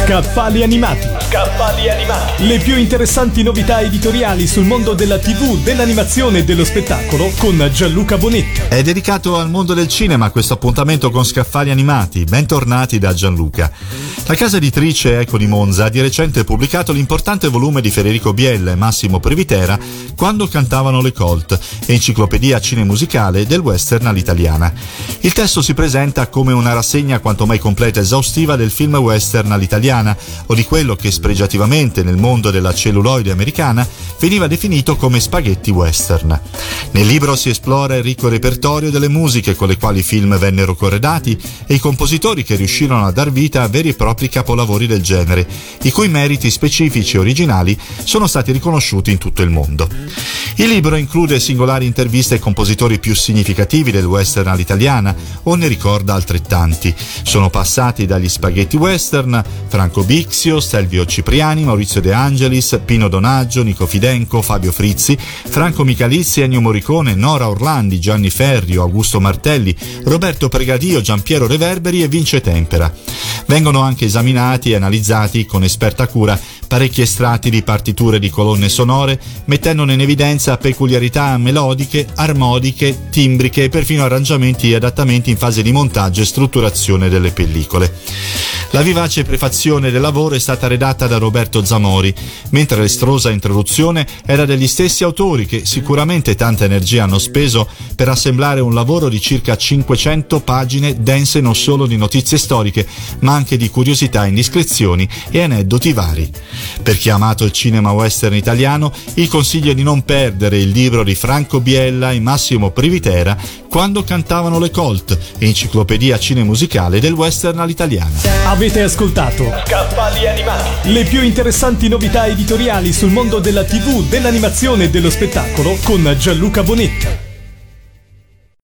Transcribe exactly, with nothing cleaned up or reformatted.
Scaffali animati. Scaffali animati. Le più interessanti novità editoriali sul mondo della tivù, dell'animazione e dello spettacolo con Gianluca Bonetti. È dedicato al mondo del cinema questo appuntamento con Scaffali animati. Bentornati da Gianluca. La casa editrice Eco di Monza ha di recente pubblicato l'importante volume di Federico Biella e Massimo Previtera, Quando cantavano le Colt, enciclopedia cinemusicale del western all'italiana. Il testo si presenta come una rassegna quanto mai completa e esaustiva del film western all'italiana, o di quello che spregiativamente nel mondo della celluloide americana veniva definito come spaghetti western. Nel libro si esplora il ricco repertorio delle musiche con le quali i film vennero corredati e i compositori che riuscirono a dar vita a veri e propri capolavori del genere, i cui meriti specifici e originali sono stati riconosciuti in tutto il mondo. Il libro include singolari interviste ai compositori più significativi del western all'italiana o ne ricorda altrettanti. Sono passati dagli spaghetti western Franco Bixio, Stelvio Cipriani, Maurizio De Angelis, Pino Donaggio, Nico Fidenco, Fabio Frizzi, Franco Michalizzi, Ennio Morricone, Nora Orlandi, Gianni Ferrio, Augusto Martelli, Roberto Pregadio, Giampiero Reverberi e Vince Tempera. Vengono anche esaminati e analizzati con esperta cura parecchi estratti di partiture di colonne sonore, mettendone in evidenza peculiarità melodiche, armoniche, timbriche e perfino arrangiamenti e adattamenti in fase di montaggio e strutturazione delle pellicole. La vivace prefazione del lavoro è stata redatta da Roberto Zamori, mentre l'estrosa introduzione era degli stessi autori che sicuramente tanta energia hanno speso per assemblare un lavoro di circa cinquecento pagine dense non solo di notizie storiche, ma anche di curiosità, indiscrezioni e aneddoti vari. Per chi ha amato il cinema western italiano, il consiglio è di non perdere il libro di Franco Biella e Massimo Previtera, Quando cantavano le Colt, enciclopedia cinemusicale del western all'italiana. Avete ascoltato Scaffali animati. Le più interessanti novità editoriali sul mondo della tivù, dell'animazione e dello spettacolo con Gianluca Bonetti.